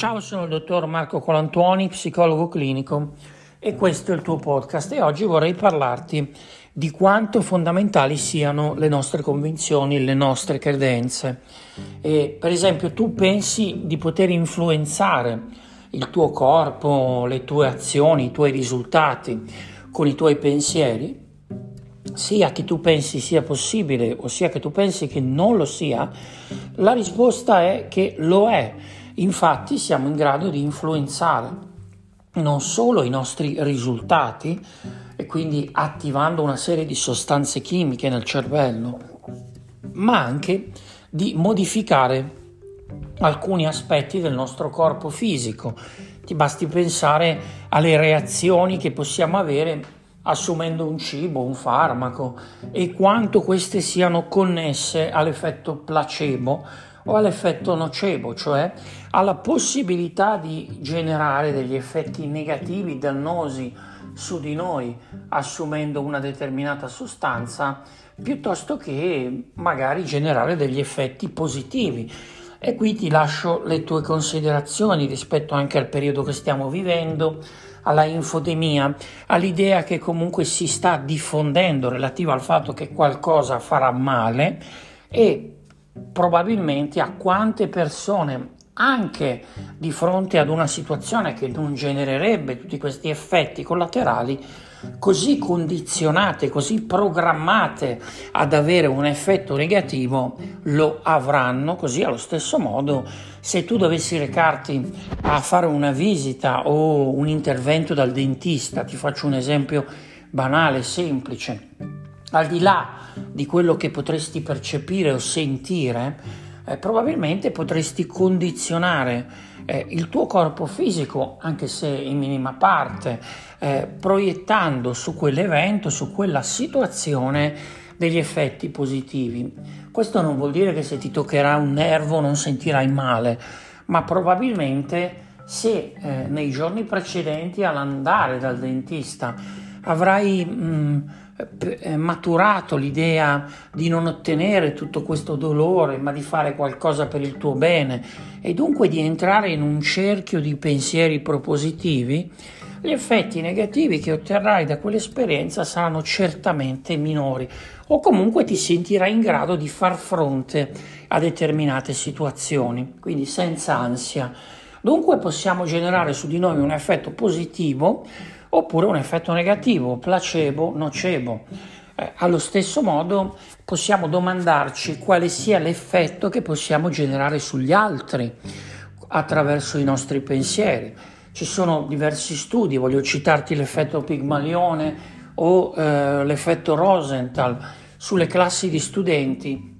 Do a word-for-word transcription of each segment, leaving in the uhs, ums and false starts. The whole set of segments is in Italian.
Ciao, sono il dottor Marco Colantuoni, psicologo clinico, e questo è il tuo podcast. E oggi vorrei parlarti di quanto fondamentali siano le nostre convinzioni, le nostre credenze. E, per esempio, tu pensi di poter influenzare il tuo corpo, le tue azioni, i tuoi risultati con i tuoi pensieri? Sia che tu pensi sia possibile o sia che tu pensi che non lo sia, la risposta è che lo è. Infatti siamo in grado di influenzare non solo i nostri risultati, e quindi attivando una serie di sostanze chimiche nel cervello, ma anche di modificare alcuni aspetti del nostro corpo fisico. Ti basti pensare alle reazioni che possiamo avere assumendo un cibo, un farmaco, e quanto queste siano connesse all'effetto placebo o all'effetto nocebo, cioè alla possibilità di generare degli effetti negativi, dannosi su di noi assumendo una determinata sostanza, piuttosto che magari generare degli effetti positivi. E qui ti lascio le tue considerazioni rispetto anche al periodo che stiamo vivendo, alla infodemia, all'idea che comunque si sta diffondendo relativa al fatto che qualcosa farà male, e probabilmente a quante persone, anche di fronte ad una situazione che non genererebbe tutti questi effetti collaterali, così condizionate, così programmate ad avere un effetto negativo, lo avranno. Così, allo stesso modo, se tu dovessi recarti a fare una visita o un intervento dal dentista, ti faccio un esempio banale, semplice, al di là di quello che potresti percepire o sentire, eh, probabilmente potresti condizionare eh, il tuo corpo fisico, anche se in minima parte, eh, proiettando su quell'evento, su quella situazione, degli effetti positivi. Questo non vuol dire che se ti toccherà un nervo non sentirai male, ma probabilmente se eh, nei giorni precedenti all'andare dal dentista avrai mh, maturato l'idea di non ottenere tutto questo dolore, ma di fare qualcosa per il tuo bene, e dunque di entrare in un cerchio di pensieri propositivi, gli effetti negativi che otterrai da quell'esperienza saranno certamente minori, o comunque ti sentirai in grado di far fronte a determinate situazioni, quindi senza ansia. Dunque possiamo generare su di noi un effetto positivo oppure un effetto negativo, placebo, nocebo. Eh, allo stesso modo possiamo domandarci quale sia l'effetto che possiamo generare sugli altri attraverso i nostri pensieri. Ci sono diversi studi, voglio citarti l'effetto Pigmalione o eh, l'effetto Rosenthal sulle classi di studenti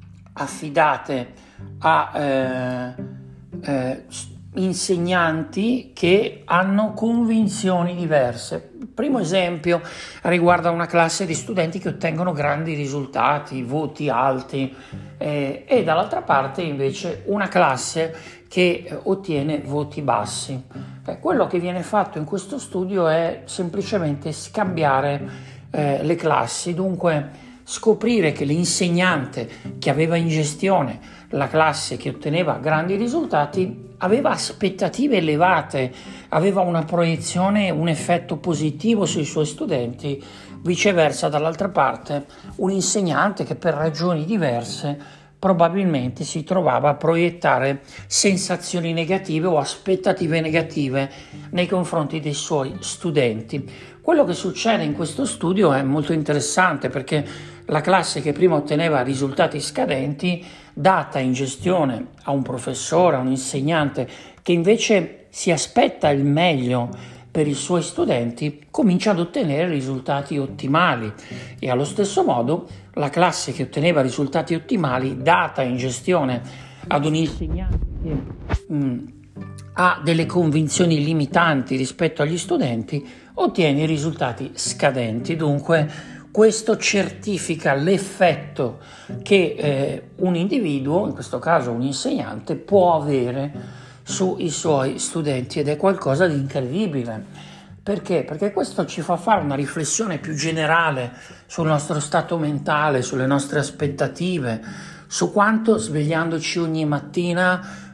affidate a eh, eh, insegnanti che hanno convinzioni diverse. Il primo esempio riguarda una classe di studenti che ottengono grandi risultati, voti alti, eh, e dall'altra parte invece una classe che eh, ottiene voti bassi. Eh, quello che viene fatto in questo studio è semplicemente scambiare eh, le classi, dunque scoprire che l'insegnante che aveva in gestione la classe che otteneva grandi risultati aveva aspettative elevate, aveva una proiezione, un effetto positivo sui suoi studenti. Viceversa, dall'altra parte, un insegnante che per ragioni diverse probabilmente si trovava a proiettare sensazioni negative o aspettative negative nei confronti dei suoi studenti. Quello che succede in questo studio è molto interessante, perché la classe che prima otteneva risultati scadenti, data in gestione a un professore, a un insegnante che invece si aspetta il meglio per i suoi studenti, comincia ad ottenere risultati ottimali, e allo stesso modo la classe che otteneva risultati ottimali, data in gestione ad un insegnante che mh, ha delle convinzioni limitanti rispetto agli studenti, ottiene risultati scadenti. Dunque questo certifica l'effetto che eh, un individuo, in questo caso un insegnante, può avere sui suoi studenti, ed è qualcosa di incredibile. Perché? Perché questo ci fa fare una riflessione più generale sul nostro stato mentale, sulle nostre aspettative, su quanto svegliandoci ogni mattina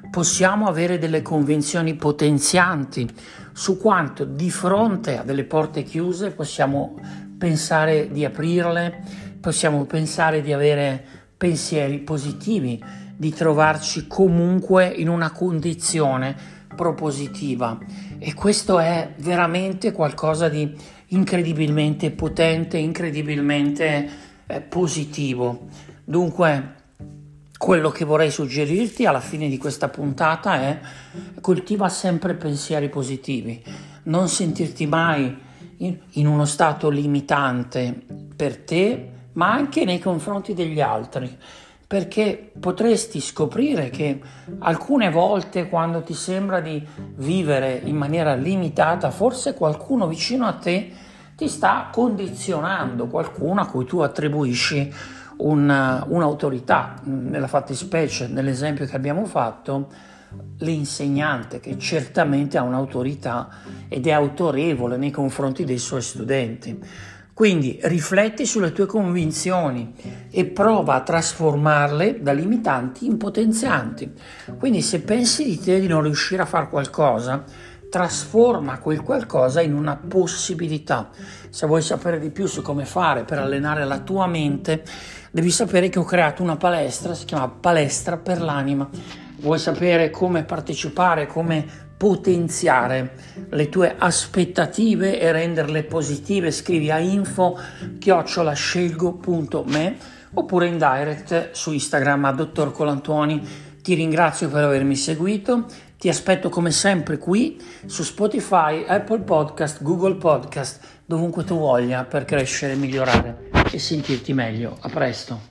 possiamo avere delle convinzioni potenzianti su quanto di fronte a delle porte chiuse possiamo pensare di aprirle, possiamo pensare di avere pensieri positivi, di trovarci comunque in una condizione propositiva, e questo è veramente qualcosa di incredibilmente potente, incredibilmente eh, positivo. Dunque, quello che vorrei suggerirti alla fine di questa puntata è: coltiva sempre pensieri positivi, non sentirti mai in, in uno stato limitante per te, ma anche nei confronti degli altri, perché potresti scoprire che alcune volte, quando ti sembra di vivere in maniera limitata, forse qualcuno vicino a te ti sta condizionando, qualcuno a cui tu attribuisci un, un'autorità. Nella fattispecie, nell'esempio che abbiamo fatto, l'insegnante, che certamente ha un'autorità ed è autorevole nei confronti dei suoi studenti. Quindi rifletti sulle tue convinzioni e prova a trasformarle da limitanti in potenzianti. Quindi se pensi di te di non riuscire a fare qualcosa, trasforma quel qualcosa in una possibilità. Se vuoi sapere di più su come fare per allenare la tua mente, devi sapere che ho creato una palestra, si chiama Palestra per l'Anima. Vuoi sapere come partecipare, come potenziare le tue aspettative e renderle positive? Scrivi a info chiocciola scelgo punto me oppure in direct su Instagram a dottor Colantuoni. Ti ringrazio per avermi seguito, ti aspetto come sempre qui su Spotify, Apple Podcast, Google Podcast, dovunque tu voglia, per crescere, migliorare e sentirti meglio. A presto.